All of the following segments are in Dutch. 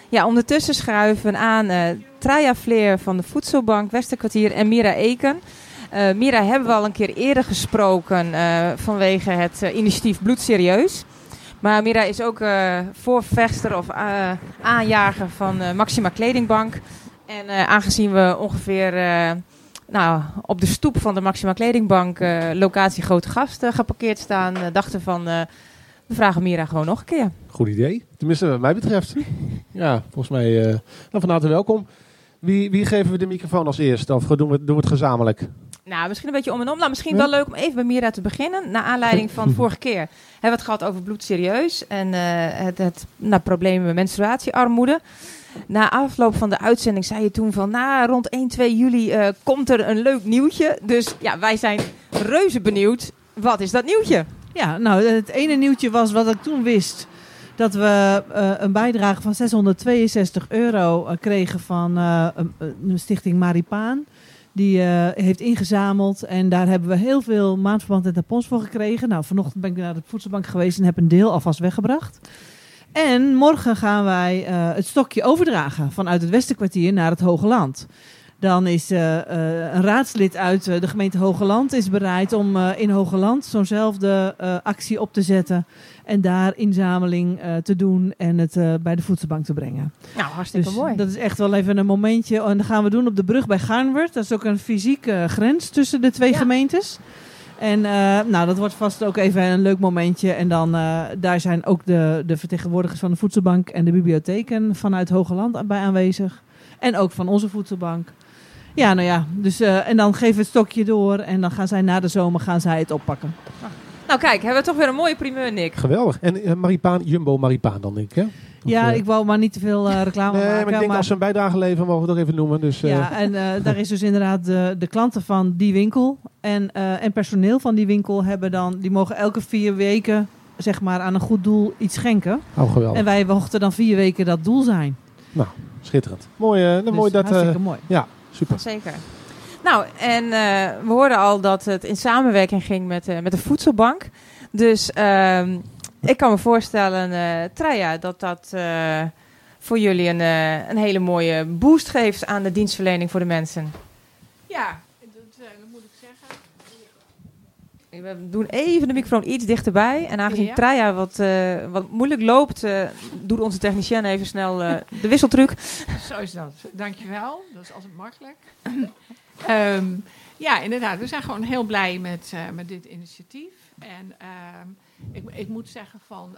Ja, ondertussen schuiven we aan Traja Vleer van de Voedselbank Westerkwartier en Mira Eken. Mira hebben we al een keer eerder gesproken vanwege het initiatief Bloedserieus. Maar Mira is ook voorvechter of aanjager van Maxima Kledingbank. En aangezien we ongeveer op de stoep van de Maxima Kledingbank locatie Grote Gast geparkeerd staan, dachten van we vragen Mira gewoon nog een keer. Goed idee. Tenminste wat mij betreft. Ja, volgens mij van harte welkom. Wie geven we de microfoon als eerst? Of doen we het gezamenlijk? Nou, misschien een beetje om en om. Nou, misschien wel leuk om even bij Mira te beginnen. Naar aanleiding van vorige keer hebben we het gehad over bloedserieus. En het probleem met menstruatiearmoede. Na afloop van de uitzending zei je toen van rond 1, 2 juli komt er een leuk nieuwtje. Dus ja, wij zijn reuze benieuwd. Wat is dat nieuwtje? Ja, nou, het ene nieuwtje was wat ik toen wist. Dat we een bijdrage van €662 kregen van een stichting Maripaan. Die heeft ingezameld en daar hebben we heel veel maandverband en tampons voor gekregen. Nou, vanochtend ben ik naar de voedselbank geweest en heb een deel alvast weggebracht. En morgen gaan wij het stokje overdragen vanuit het Westerkwartier naar het Hogeland. Dan is een raadslid uit de gemeente Hogeland is bereid om in Hogeland zo'nzelfde actie op te zetten. En daar inzameling te doen en het bij de voedselbank te brengen. Nou, hartstikke mooi. Dat is echt wel even een momentje. En dat gaan we doen op de brug bij Garnwerd. Dat is ook een fysieke grens tussen de twee gemeentes. En dat wordt vast ook even een leuk momentje. En dan daar zijn ook de vertegenwoordigers van de voedselbank en de bibliotheken vanuit Hogeland bij aanwezig. En ook van onze voedselbank. Ja, nou ja. Dus, en dan geven we het stokje door. En dan gaan zij na de zomer het oppakken. Nou kijk, hebben we toch weer een mooie primeur, Nick. Geweldig. En Maripaan, Jumbo Maripaan dan, denk ik, hè? Ja, ik wou maar niet te veel reclame maken. Maar ik denk als ze een bijdrage leveren, mogen we het ook even noemen. Dus, ja, en daar is dus inderdaad de klanten van die winkel en personeel van die winkel die mogen elke 4 weken zeg maar aan een goed doel iets schenken. Oh, geweldig. En wij mochten dan 4 weken dat doel zijn. Nou, schitterend. Mooi, dus mooi dat. Hartstikke mooi. Ja, super. Zeker. Nou, en we hoorden al dat het in samenwerking ging met de voedselbank. Dus ik kan me voorstellen, Traja, dat voor jullie een hele mooie boost geeft aan de dienstverlening voor de mensen. Ja, dat moet ik zeggen. We doen even de microfoon iets dichterbij. En aangezien Traja wat moeilijk loopt, doet onze technicien even snel de wisseltruc. Zo is dat. Dankjewel. Dat is altijd makkelijk. Ja, inderdaad. We zijn gewoon heel blij met dit initiatief. En ik moet zeggen van...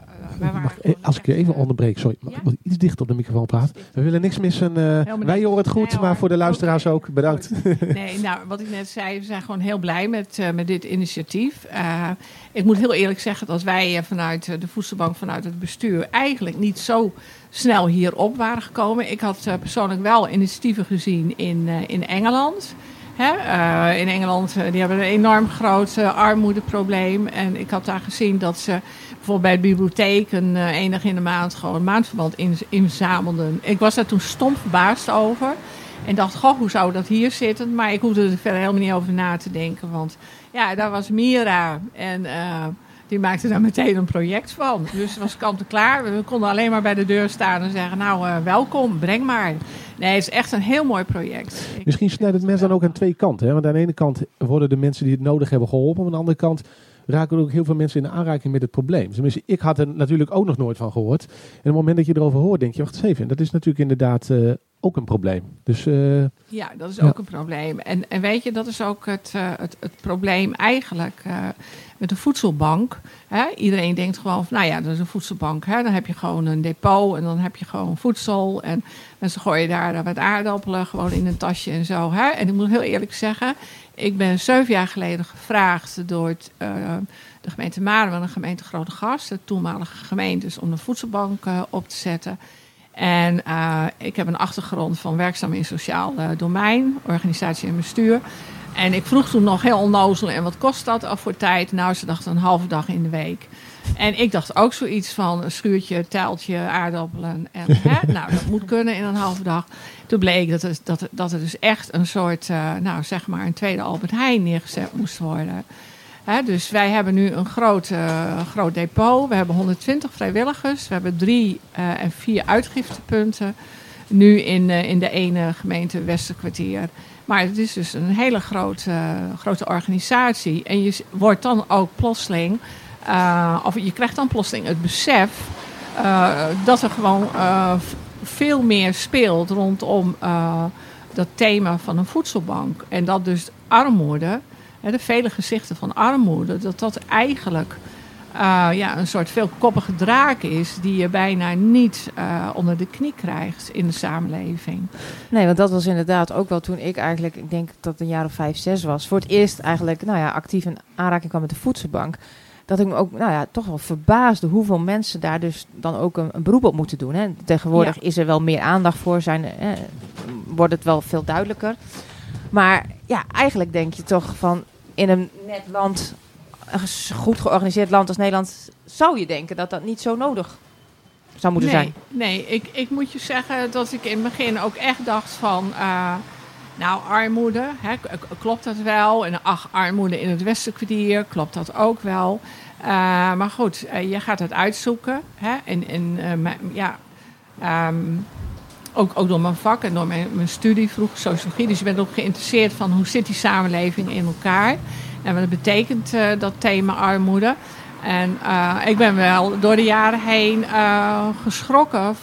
als ik je even onderbreek, sorry. Mag ik iets dichter op de microfoon praten? We willen niks missen. Wij horen het goed, maar voor de luisteraars ook. Bedankt. Nee, nou, wat ik net zei, we zijn gewoon heel blij met dit initiatief. Ik moet heel eerlijk zeggen dat wij vanuit de voedselbank, vanuit het bestuur, eigenlijk niet zo snel hierop waren gekomen. Ik had persoonlijk wel initiatieven gezien in Engeland. In Engeland die hebben een enorm groot armoedeprobleem. En ik had daar gezien dat ze bijvoorbeeld bij de bibliotheek enig in de maand gewoon maandverband inzamelden. Ik was daar toen stom verbaasd over. En dacht, goh, hoe zou dat hier zitten? Maar ik hoefde er verder helemaal niet over na te denken. Want ja, daar was Mira en die maakte daar meteen een project van. Dus het was kant en klaar. We konden alleen maar bij de deur staan en zeggen, nou, welkom, breng maar. Nee, het is echt een heel mooi project. Misschien snijdt het mensen dan ook aan 2 kanten. Hè? Want aan de ene kant worden de mensen die het nodig hebben geholpen. Aan de andere kant raken er ook heel veel mensen in aanraking met het probleem. Tenminste, ik had er natuurlijk ook nog nooit van gehoord. En op het moment dat je erover hoort, denk je, wacht eens even. Dat is natuurlijk inderdaad ook een probleem. Dus, ja, dat is ook een probleem. En weet je, dat is ook het probleem eigenlijk met de voedselbank. Hè? Iedereen denkt gewoon van, nou ja, dat is een voedselbank. Hè? Dan heb je gewoon een depot en dan heb je gewoon voedsel. En mensen gooien daar wat aardappelen gewoon in een tasje en zo. Hè? En ik moet heel eerlijk zeggen, ik ben 7 jaar geleden gevraagd door de gemeente Marum en de gemeente Grootegast, de toenmalige gemeentes, om een voedselbank op te zetten. En ik heb een achtergrond van werkzaam in sociaal domein, organisatie en bestuur. En ik vroeg toen nog heel onnozel, en wat kost dat af voor tijd? Nou, ze dachten een halve dag in de week. En ik dacht ook zoiets van een schuurtje, tijltje, aardappelen. En, nou, dat moet kunnen in een halve dag. Toen bleek dat er dus echt een soort, zeg maar een tweede Albert Heijn neergezet moest worden. Dus wij hebben nu een groot depot. We hebben 120 vrijwilligers. We hebben 3 en 4 uitgiftepunten. Nu in de ene gemeente Westerkwartier. Maar het is dus een hele grote organisatie. En je wordt dan ook plotseling... of je krijgt dan plotseling het besef... dat er gewoon veel meer speelt rondom dat thema van een voedselbank. En dat dus armoede... de vele gezichten van armoede, dat eigenlijk een soort veelkoppige draak is... die je bijna niet onder de knie krijgt in de samenleving. Nee, want dat was inderdaad ook wel toen ik eigenlijk... ik denk dat het een jaar of 5, 6 was... voor het eerst eigenlijk actief in aanraking kwam met de voedselbank... dat ik me ook toch wel verbaasde hoeveel mensen daar dus dan ook een beroep op moeten doen. Hè. Tegenwoordig is er wel meer aandacht voor, wordt het wel veel duidelijker. Maar ja, eigenlijk denk je toch van... in een net land, een goed georganiseerd land als Nederland... zou je denken dat dat niet zo nodig zou moeten zijn. Nee, ik moet je zeggen dat ik in het begin ook echt dacht van... armoede, klopt dat wel? En armoede in het Westerkwartier, klopt dat ook wel? Maar goed, je gaat het uitzoeken. Ook door mijn vak en door mijn studie, vroeg sociologie. Dus je bent ook geïnteresseerd van hoe zit die samenleving in elkaar. En wat betekent dat thema armoede. En ik ben wel door de jaren heen geschrokken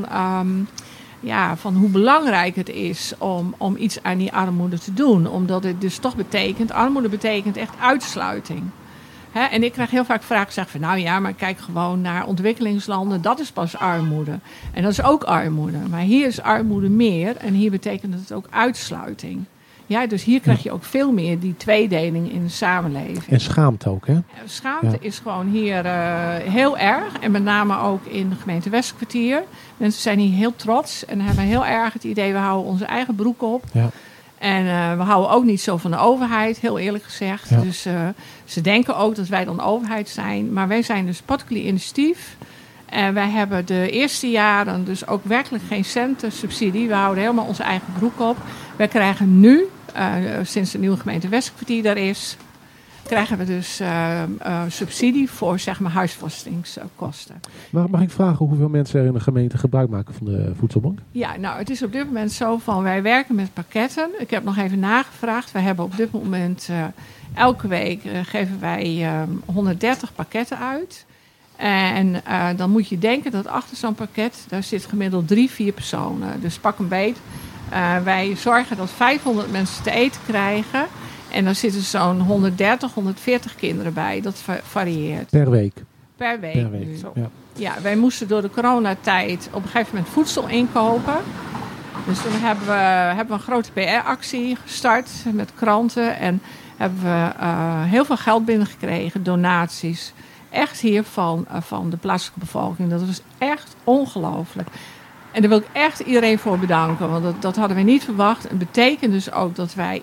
van hoe belangrijk het is om iets aan die armoede te doen. Omdat het dus toch armoede betekent echt uitsluiting. En ik krijg heel vaak vragen zeggen van maar kijk gewoon naar ontwikkelingslanden. Dat is pas armoede. En dat is ook armoede. Maar hier is armoede meer en hier betekent het ook uitsluiting. Ja, dus hier krijg je ook veel meer die tweedeling in de samenleving. En schaamte ook, hè? Schaamte is gewoon hier heel erg. En met name ook in de gemeente Westerkwartier. Mensen zijn hier heel trots en hebben heel erg het idee... we houden onze eigen broek op. Ja. En we houden ook niet zo van de overheid, heel eerlijk gezegd. Ja. Dus ze denken ook dat wij dan overheid zijn. Maar wij zijn dus particulier initiatief. En wij hebben de eerste jaren dus ook werkelijk geen centen subsidie. We houden helemaal onze eigen broek op. Wij krijgen nu, sinds de nieuwe gemeente Westerkwartier daar is... krijgen we dus subsidie voor huisvestingskosten. Mag ik vragen hoeveel mensen er in de gemeente gebruik maken van de voedselbank? Ja, het is op dit moment zo van wij werken met pakketten. Ik heb nog even nagevraagd. We hebben op dit moment elke week geven wij 130 pakketten uit. En dan moet je denken dat achter zo'n pakket, daar zit gemiddeld 3-4 personen. Dus pak een beet. Wij zorgen dat 500 mensen te eten krijgen. En dan zitten zo'n 130, 140 kinderen bij. Dat varieert. Per week? Per week. Ja, wij moesten door de coronatijd op een gegeven moment voedsel inkopen. Dus toen hebben we een grote PR-actie gestart met kranten. En hebben we heel veel geld binnengekregen, donaties. Echt hier van de plaatselijke bevolking. Dat was echt ongelooflijk. En daar wil ik echt iedereen voor bedanken. Want dat hadden we niet verwacht. Het betekent dus ook dat wij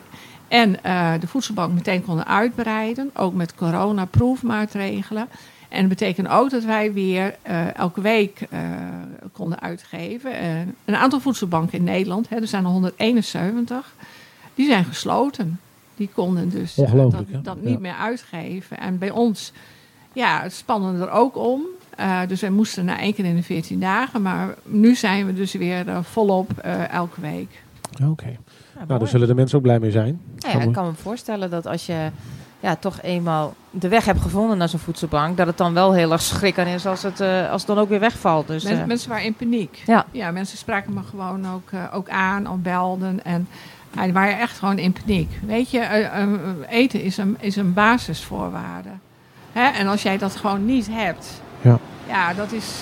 de voedselbank meteen konden uitbreiden. Ook met coronaproefmaatregelen. En dat betekent ook dat wij weer elke week konden uitgeven. Een aantal voedselbanken in Nederland, er zijn er 171, die zijn gesloten. Die konden dus dat niet meer uitgeven. En bij ons, het spannen er ook om. Dus wij moesten na 1 keer in de 14 dagen. Maar nu zijn we dus weer volop elke week. Oké. Nou, daar zullen de mensen ook blij mee zijn. Ja, ik kan me voorstellen dat als je toch eenmaal de weg hebt gevonden naar zo'n voedselbank, dat het dan wel heel erg schrikken is als het dan ook weer wegvalt. Dus, mensen waren in paniek. Ja, mensen spraken me gewoon ook aan, of belden. En die waren echt gewoon in paniek. Weet je, eten is een basisvoorwaarde. En als jij dat gewoon niet hebt, dat is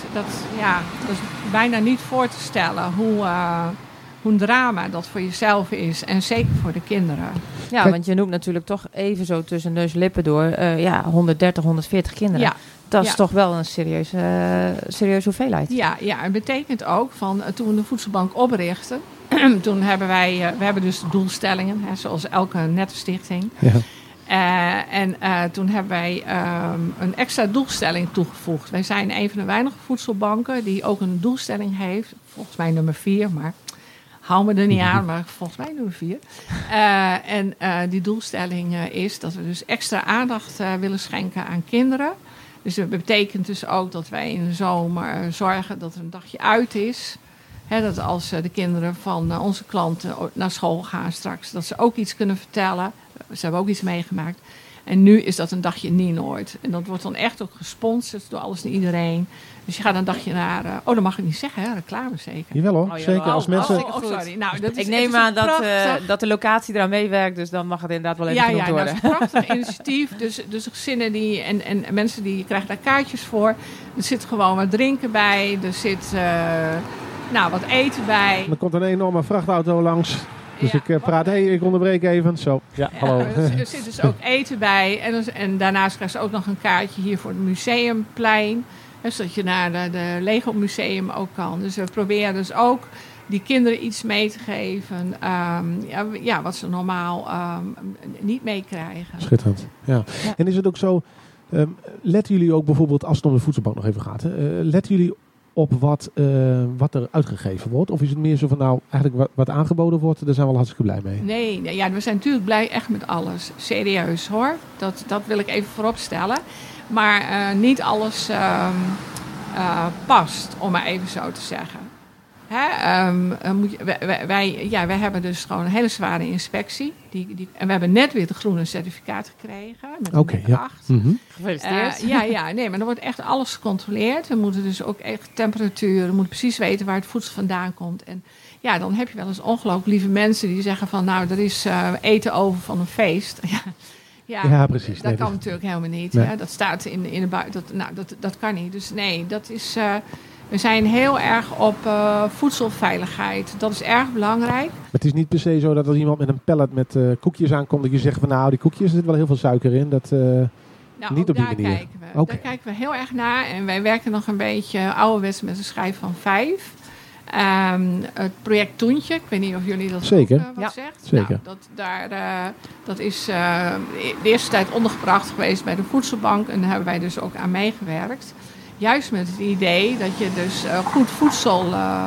bijna niet voor te stellen hoe een drama dat voor jezelf is. En zeker voor de kinderen. Ja, want je noemt natuurlijk toch even zo tussen neus en lippen door 130, 140 kinderen. Ja. Dat is toch wel een serieuze hoeveelheid. Ja, het betekent ook toen we de voedselbank oprichten, toen hebben we hebben dus doelstellingen, zoals elke nette stichting. Ja. Toen hebben wij een extra doelstelling toegevoegd. Wij zijn een van de weinige voedselbanken die ook een doelstelling heeft. Volgens mij nummer 4, maar hou me er niet aan, maar volgens mij doen we 4. En die doelstelling is dat we dus extra aandacht willen schenken aan kinderen. Dus dat betekent dus ook dat wij in de zomer zorgen dat er een dagje uit is. Dat als de kinderen van onze klanten naar school gaan straks, dat ze ook iets kunnen vertellen. Ze hebben ook iets meegemaakt. En nu is dat een dagje Nienoord. En dat wordt dan echt ook gesponsord door alles en iedereen. Dus je gaat een dagje naar... dat mag ik niet zeggen, hè? Reclame zeker. Jawel hoor, zeker. Als mensen... sorry. Nou, Ik neem aan dat de locatie eraan meewerkt, dus dan mag het inderdaad wel even genoemd worden. Ja, dat is een prachtig initiatief. Dus gezinnen die en mensen die krijgen daar kaartjes voor. Er zit gewoon wat drinken bij. Er zit wat eten bij. Er komt een enorme vrachtauto langs. Dus ik praat, ik onderbreek even. Zo, hallo. Er zit dus ook eten bij. En daarnaast krijg je ook nog een kaartje hier voor het museumplein. Zodat je naar de Lego Museum ook kan. Dus we proberen dus ook die kinderen iets mee te geven. Wat ze normaal niet meekrijgen. Schitterend, ja. En is het ook zo... letten jullie ook bijvoorbeeld, als het om de voedselbank nog even gaat... letten jullie op wat er uitgegeven wordt? Of is het meer zo van, eigenlijk wat aangeboden wordt, daar zijn we al hartstikke blij mee? Nee, we zijn natuurlijk blij echt met alles. Serieus hoor. Dat wil ik even vooropstellen. Maar niet alles past, om maar even zo te zeggen. Wij hebben dus gewoon een hele zware inspectie. En we hebben net weer de groene certificaat gekregen. Met een 8. Mm-hmm. Gefeliciteerd. Maar er wordt echt alles gecontroleerd. We moeten dus ook echt temperatuur. We moeten precies weten waar het voedsel vandaan komt. En ja, dan heb je wel eens ongelooflijk lieve mensen die zeggen van... er is eten over van een feest. Ja, precies. Dat kan natuurlijk helemaal niet. Nee. Hè? Dat staat in de buiten. Dat kan niet. Dus nee, dat is... we zijn heel erg op voedselveiligheid. Dat is erg belangrijk. Maar het is niet per se zo dat als iemand met een pallet met koekjes aankomt... dat je zegt van die koekjes, er zit wel heel veel suiker in. Dat niet op die manier. Kijken we. Daar kijken we heel erg naar. En wij werken nog een beetje ouderwets met een schijf van 5. Het project Toentje, ik weet niet of jullie dat zeker. Ook wat zegt. Zeker. Dat is de eerste tijd ondergebracht geweest bij de voedselbank. En daar hebben wij dus ook aan meegewerkt. Juist met het idee dat je dus goed voedsel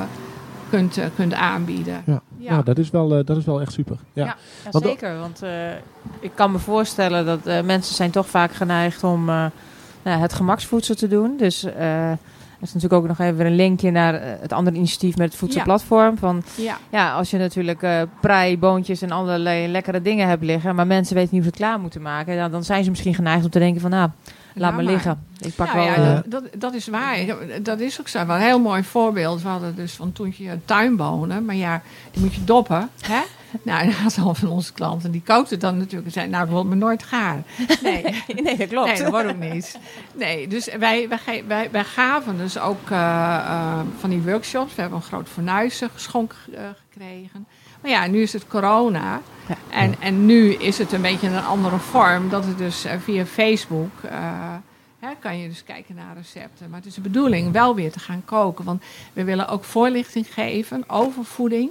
kunt aanbieden. Ja, dat is wel echt super. Ja, zeker. Want ik kan me voorstellen dat mensen zijn toch vaak geneigd om het gemaksvoedsel te doen. Dus... Er is natuurlijk ook nog even een linkje naar het andere initiatief met het voedselplatform. Als je natuurlijk prei, boontjes en allerlei lekkere dingen hebt liggen, maar mensen weten niet hoe ze het klaar moeten maken, dan zijn ze misschien geneigd om te denken van, laat me liggen. Ik pak dat is waar. Dat is ook zo. Wel een heel mooi voorbeeld. We hadden dus van Toentje tuinbonen, maar die moet je doppen, hè? Nou, dat was al van onze klanten. Die kookten dan natuurlijk en zeiden, ik wil me nooit gaar. Nee, dat klopt. Nee, dat wordt ook niet. Nee, dus wij gaven dus ook van die workshops. We hebben een groot fornuis geschonken gekregen. Maar nu is het corona. Ja. En nu is het een beetje een andere vorm. Dat het dus via Facebook... kan je dus kijken naar recepten. Maar het is de bedoeling wel weer te gaan koken. Want we willen ook voorlichting geven over voeding.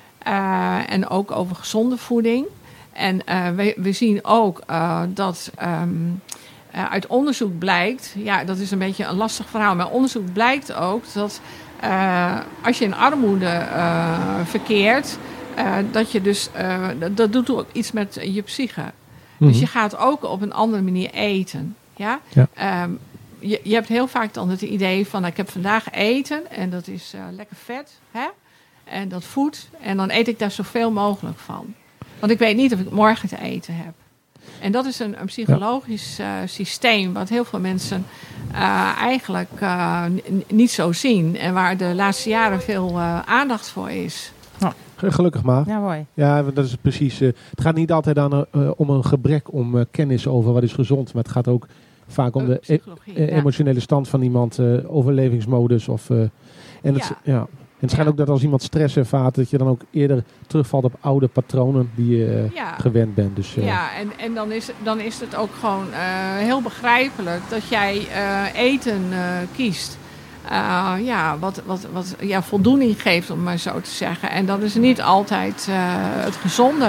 En ook over gezonde voeding. En we zien ook dat uit onderzoek blijkt... Ja, dat is een beetje een lastig verhaal. Maar onderzoek blijkt ook dat als je in armoede verkeert... dat je dus... dat doet ook iets met je psyche. Mm-hmm. Dus je gaat ook op een andere manier eten. Ja? Je hebt heel vaak dan het idee van... ik heb vandaag eten en dat is lekker vet. Hè? En dat voedt. En dan eet ik daar zoveel mogelijk van. Want ik weet niet of ik morgen te eten heb. En dat is een psychologisch systeem... wat heel veel mensen eigenlijk niet zo zien. En waar de laatste jaren veel aandacht voor is. Gelukkig maar. Ja, mooi. Ja, dat is precies... het gaat niet altijd om een gebrek om kennis over wat is gezond. Maar het gaat ook vaak om de emotionele stand van iemand. Overlevingsmodus. En het schijnt ook dat als iemand stress ervaart, dat je dan ook eerder terugvalt op oude patronen die je gewend bent. Dus, en dan is het ook gewoon heel begrijpelijk dat jij eten kiest. Wat voldoening geeft, om maar zo te zeggen. En dat is niet altijd het gezonde.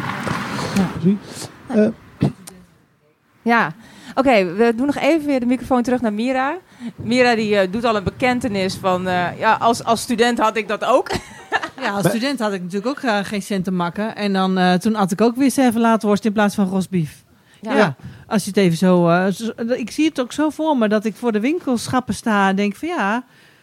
Oké, we doen nog even weer de microfoon terug naar Mira. Mira die doet al een bekentenis van... als student had ik dat ook. Ja, als student had ik natuurlijk ook geen cent te makken. En dan toen at ik ook weer servelaatworst in plaats van rosbief. Ja, als je het even zo... ik zie het ook zo voor me dat ik voor de winkelschappen sta en denk van ja,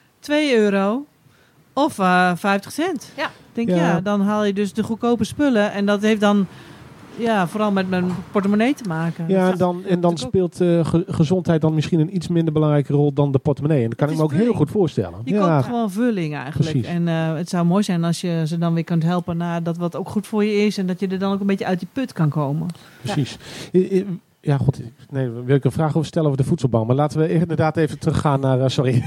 €2 of 50 cent. Ja. Denk dan haal je dus de goedkope spullen en dat heeft dan vooral met mijn portemonnee te maken. Ja, en dan speelt gezondheid dan misschien een iets minder belangrijke rol dan de portemonnee. En dat kan ik me ook heel goed voorstellen. Je koopt gewoon vulling eigenlijk. Precies. En het zou mooi zijn als je ze dan weer kunt helpen naar dat wat ook goed voor je is en dat je er dan ook een beetje uit die put kan komen. Precies. Ja, goed. Nee, wil ik een vraag over stellen over de voedselbank. Maar laten we inderdaad even teruggaan naar... sorry.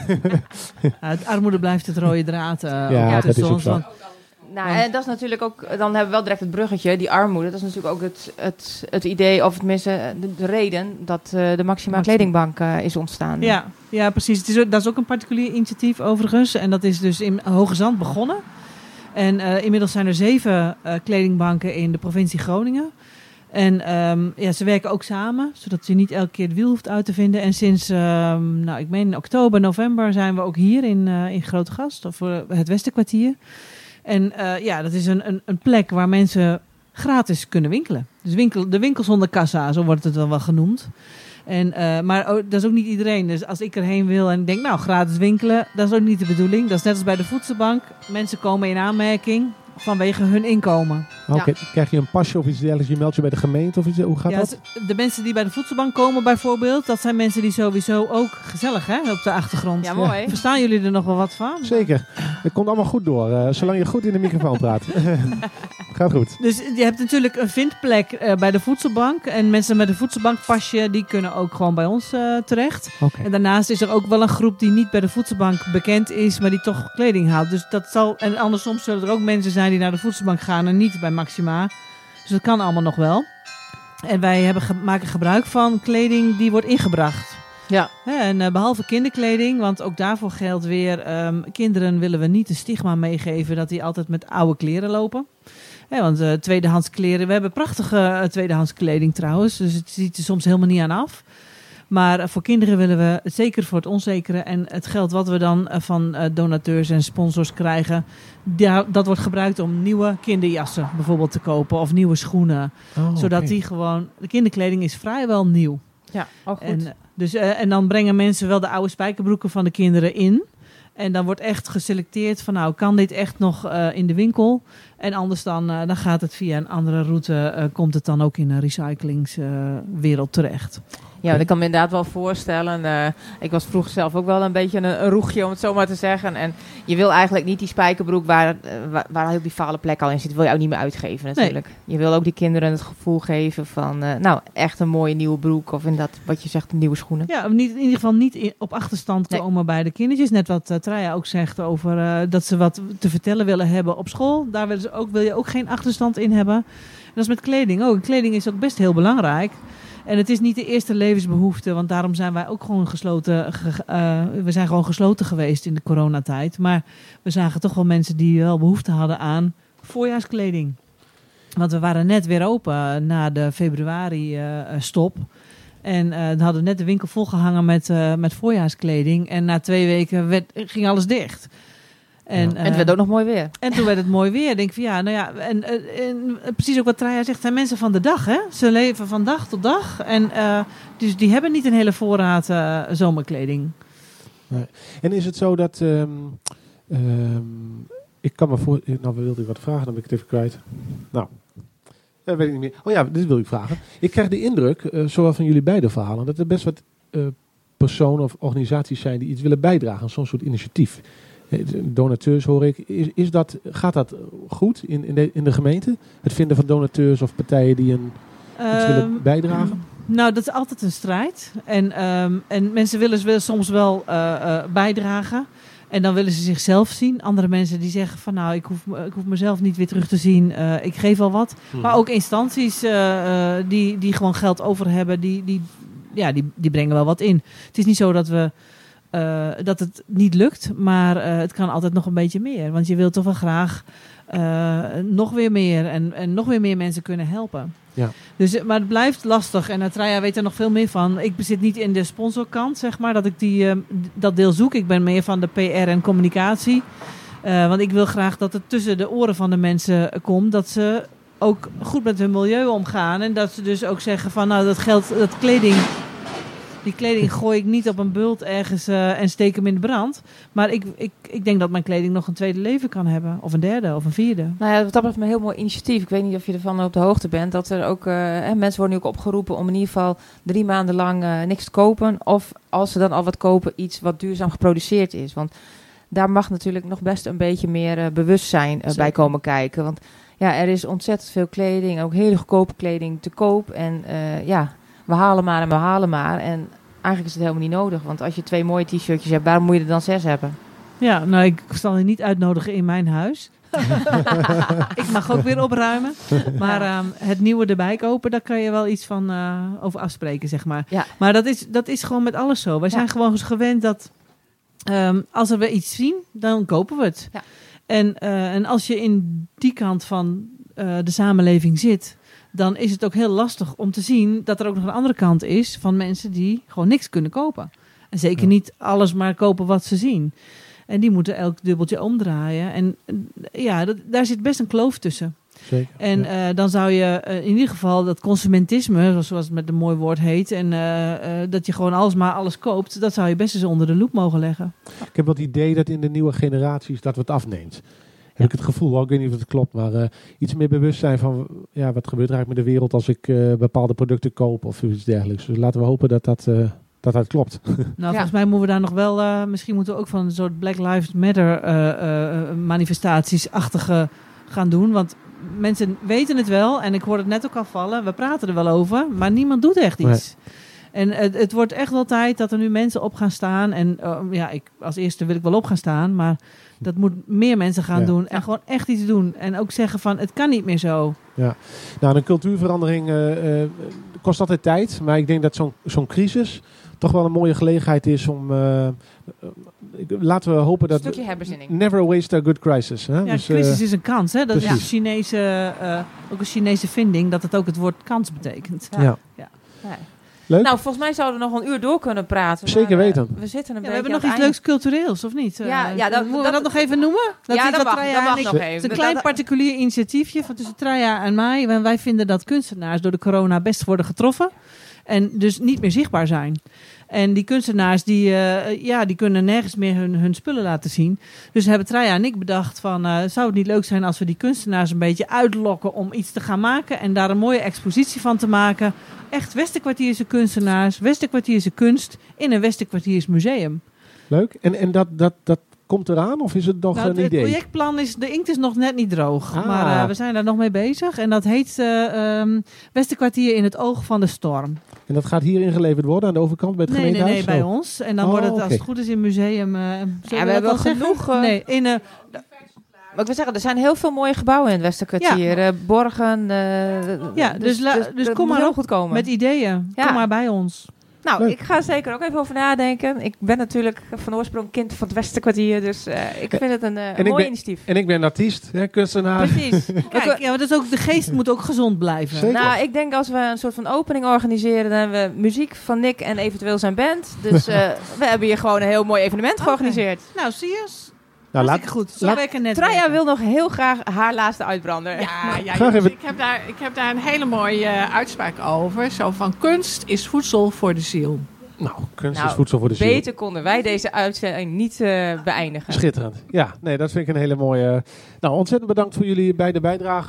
Het armoede blijft het rode draad. Dat is ook zo. Nou, en dat is natuurlijk ook, dan hebben we wel direct het bruggetje, die armoede. Dat is natuurlijk ook het idee, of tenminste de reden dat de Maxima Kledingbank is ontstaan. Ja, precies. Dat is ook een particulier initiatief overigens. En dat is dus in Hoge Zand begonnen. En inmiddels zijn er 7 kledingbanken in de provincie Groningen. En ze werken ook samen, zodat je niet elke keer het wiel hoeft uit te vinden. En sinds, ik meen oktober, november zijn we ook hier in Grootegast, of het Westerkwartier. En dat is een plek waar mensen gratis kunnen winkelen. Dus de winkel zonder kassa, zo wordt het dan wel genoemd. Maar dat is ook niet iedereen. Dus als ik erheen wil en ik denk, gratis winkelen, dat is ook niet de bedoeling. Dat is net als bij de voedselbank. Mensen komen in aanmerking vanwege hun inkomen. Oké. Krijg je een pasje of iets dergelijks? Je meldt je bij de gemeente of iets? Hoe gaat dat? De mensen die bij de voedselbank komen bijvoorbeeld, dat zijn mensen die sowieso ook gezellig op de achtergrond. Ja, mooi. Verstaan jullie er nog wel wat van? Zeker. Het komt allemaal goed door. Zolang je goed in de microfoon praat. Gaat goed. Dus je hebt natuurlijk een vindplek bij de voedselbank. En mensen met een voedselbankpasje, die kunnen ook gewoon bij ons terecht. Okay. En daarnaast is er ook wel een groep die niet bij de voedselbank bekend is, maar die toch kleding haalt. Dus dat zal, en andersom zullen er ook mensen zijn die naar de voedselbank gaan en niet bij Maxima. Dus dat kan allemaal nog wel. En wij maken gebruik van kleding die wordt ingebracht. Ja. En behalve kinderkleding, want ook daarvoor geldt weer, kinderen willen we niet een stigma meegeven dat die altijd met oude kleren lopen. Want tweedehands kleren, we hebben prachtige tweedehands kleding trouwens, dus het ziet er soms helemaal niet aan af. Maar voor kinderen willen we, zeker voor het onzekere en het geld wat we dan van donateurs en sponsors krijgen, dat wordt gebruikt om nieuwe kinderjassen bijvoorbeeld te kopen of nieuwe schoenen. Zodat die gewoon, de kinderkleding is vrijwel nieuw. Ja, ook goed. En dan brengen mensen wel de oude spijkerbroeken van de kinderen in. En dan wordt echt geselecteerd van kan dit echt nog in de winkel? En anders dan gaat het via een andere route, komt het dan ook in een recyclingswereld terecht. Ja, ik kan me inderdaad wel voorstellen. Ik was vroeger zelf ook wel een beetje een roegje, om het zo maar te zeggen. En je wil eigenlijk niet die spijkerbroek waar heel die fale plek al in zit, wil je ook niet meer uitgeven natuurlijk. Nee. Je wil ook die kinderen het gevoel geven van, echt een mooie nieuwe broek. Of inderdaad, wat je zegt, nieuwe schoenen. Ja, in ieder geval niet op achterstand komen bij de kindertjes. Net wat Traya ook zegt over dat ze wat te vertellen willen hebben op school. Daar wil je ook geen achterstand in hebben. En dat is met kleding ook. Kleding is ook best heel belangrijk. En het is niet de eerste levensbehoefte, want daarom zijn wij ook gewoon gesloten. We zijn gewoon gesloten geweest in de coronatijd. Maar we zagen toch wel mensen die wel behoefte hadden aan voorjaarskleding. Want we waren net weer open na de februari stop. En hadden net de winkel volgehangen met voorjaarskleding. En na 2 weken ging alles dicht. En het werd ook nog mooi weer. En toen werd het mooi weer. Denk van en precies ook wat Traya zegt, zijn mensen van de dag, hè? Ze leven van dag tot dag. En dus die hebben niet een hele voorraad zomerkleding. Nee. En is het zo dat ik kan me voor. Nou, wilde ik wat vragen, dan ben ik het even kwijt. Nou, dat weet ik niet meer. Oh ja, dit wil ik vragen. Ik krijg de indruk, zowel van jullie beide verhalen, dat er best wat personen of organisaties zijn die iets willen bijdragen aan zo'n soort initiatief. Donateurs hoor ik. Gaat dat goed in de gemeente? Het vinden van donateurs of partijen die iets willen bijdragen? Nou, dat is altijd een strijd. En mensen willen soms wel bijdragen. En dan willen ze zichzelf zien. Andere mensen die zeggen van ik hoef mezelf niet weer terug te zien. Ik geef wel wat. Maar ook instanties die gewoon geld over hebben, die brengen wel wat in. Het is niet zo dat het niet lukt, maar het kan altijd nog een beetje meer. Want je wilt toch wel graag nog weer meer en nog weer meer mensen kunnen helpen. Ja. Dus, maar het blijft lastig en Traya weet er nog veel meer van. Ik zit niet in de sponsorkant, zeg maar, dat ik dat deel zoek. Ik ben meer van de PR en communicatie. Want ik wil graag dat het tussen de oren van de mensen komt. Dat ze ook goed met hun milieu omgaan. En dat ze dus ook zeggen van nou die kleding gooi ik niet op een bult ergens en steek hem in de brand. Maar ik denk dat mijn kleding nog een tweede leven kan hebben. Of een derde of een vierde. Nou ja, wat dat betreft een heel mooi initiatief. Ik weet niet of je ervan op de hoogte bent. Dat er ook mensen worden nu ook opgeroepen om in ieder geval 3 maanden lang niks te kopen. Of als ze dan al wat kopen, iets wat duurzaam geproduceerd is. Want daar mag natuurlijk nog best een beetje meer bewustzijn bij komen kijken. Want ja, er is ontzettend veel kleding. Ook hele goedkope kleding te koop. En we halen maar en we halen maar. En eigenlijk is het helemaal niet nodig. Want als je 2 mooie t-shirtjes hebt, waarom moet je er dan 6 hebben? Ja, nou ik zal je niet uitnodigen in mijn huis. Ik mag ook weer opruimen. Maar het nieuwe erbij kopen, daar kan je wel iets van over afspreken, zeg maar. Ja. Maar dat is gewoon met alles zo. Wij zijn gewoon gewend dat als we iets zien, dan kopen we het. Ja. En als je in die kant van de samenleving zit, dan is het ook heel lastig om te zien dat er ook nog een andere kant is van mensen die gewoon niks kunnen kopen. En zeker niet alles maar kopen wat ze zien. En die moeten elk dubbeltje omdraaien. En daar zit best een kloof tussen. Zeker, en dan zou je in ieder geval dat consumentisme, zoals het met een mooi woord heet, en dat je gewoon alles koopt, dat zou je best eens onder de loep mogen leggen. Ik heb wel het idee dat in de nieuwe generaties dat wat afneemt. Heb ik het gevoel, ik weet niet of het klopt, maar iets meer bewustzijn van wat gebeurt er eigenlijk met de wereld als ik bepaalde producten koop of iets dergelijks. Dus laten we hopen dat klopt. Nou, volgens mij moeten we daar nog wel, misschien moeten we ook van een soort Black Lives Matter manifestaties-achtige gaan doen. Want mensen weten het wel en ik hoor het net ook al vallen. We praten er wel over, maar niemand doet echt iets. Nee. En het wordt echt wel tijd dat er nu mensen op gaan staan. En ik als eerste wil ik wel op gaan staan, maar dat moet meer mensen gaan doen. En gewoon echt iets doen. En ook zeggen van, het kan niet meer zo. Ja, nou, een cultuurverandering kost altijd tijd. Maar ik denk dat zo'n crisis toch wel een mooie gelegenheid is om laten we hopen dat... Een stukje herbezinning. Never waste a good crisis. Hè? Ja, dus, crisis is een kans. Hè? Dat is ook een Chinese vinding, dat het ook het woord kans betekent. Ja. Leuk. Nou, volgens mij zouden we nog een uur door kunnen praten. Zeker weten. We zitten een beetje we hebben nog iets leuks cultureels, of niet? Moeten we dat nog even noemen? Dat mag nog even. Het is een klein particulier initiatiefje van tussen Traya en mij. Wij vinden dat kunstenaars door de corona best worden getroffen. En dus niet meer zichtbaar zijn. En die kunstenaars die kunnen nergens meer hun spullen laten zien. Dus hebben Traya en ik bedacht van... zou het niet leuk zijn als we die kunstenaars een beetje uitlokken om iets te gaan maken... en daar een mooie expositie van te maken. Echt Westerkwartierse kunstenaars, Westerkwartierse kunst in een Westerkwartiers museum. Leuk. En dat komt eraan of is het nog een idee? Het projectplan is, de inkt is nog net niet droog. Maar we zijn daar nog mee bezig. En dat heet Westerkwartier in het oog van de storm. En dat gaat hier ingeleverd worden aan de overkant bij het gemeentehuis? Nee, bij ons. En dan wordt het als het goed is in museum... we hebben al genoeg... Maar ik wil zeggen, er zijn heel veel mooie gebouwen in het Westerkwartier. Ja. Borgen. Dus kom maar op goed komen. Met ideeën. Ja. Kom maar bij ons. Nou, ik ga er zeker ook even over nadenken. Ik ben natuurlijk van oorsprong kind van het Westerkwartier. Dus ik vind het een mooi initiatief. En ik ben artiest, kunstenaar. Precies. Kijk, maar dat is ook, de geest moet ook gezond blijven. Zeker. Nou, ik denk als we een soort van opening organiseren... dan hebben we muziek van Nick en eventueel zijn band. Dus we hebben hier gewoon een heel mooi evenement georganiseerd. Nou, zie je. Nou, goed. Traya wil nog heel graag haar laatste uitbrander. Ik heb daar een hele mooie uitspraak over. Zo van, kunst is voedsel voor de ziel. Nou, kunst is voedsel voor de ziel. Beter konden wij deze uitzending niet beëindigen. Schitterend. Ja, nee, dat vind ik een hele mooie... Nou, ontzettend bedankt voor jullie beide bijdragen.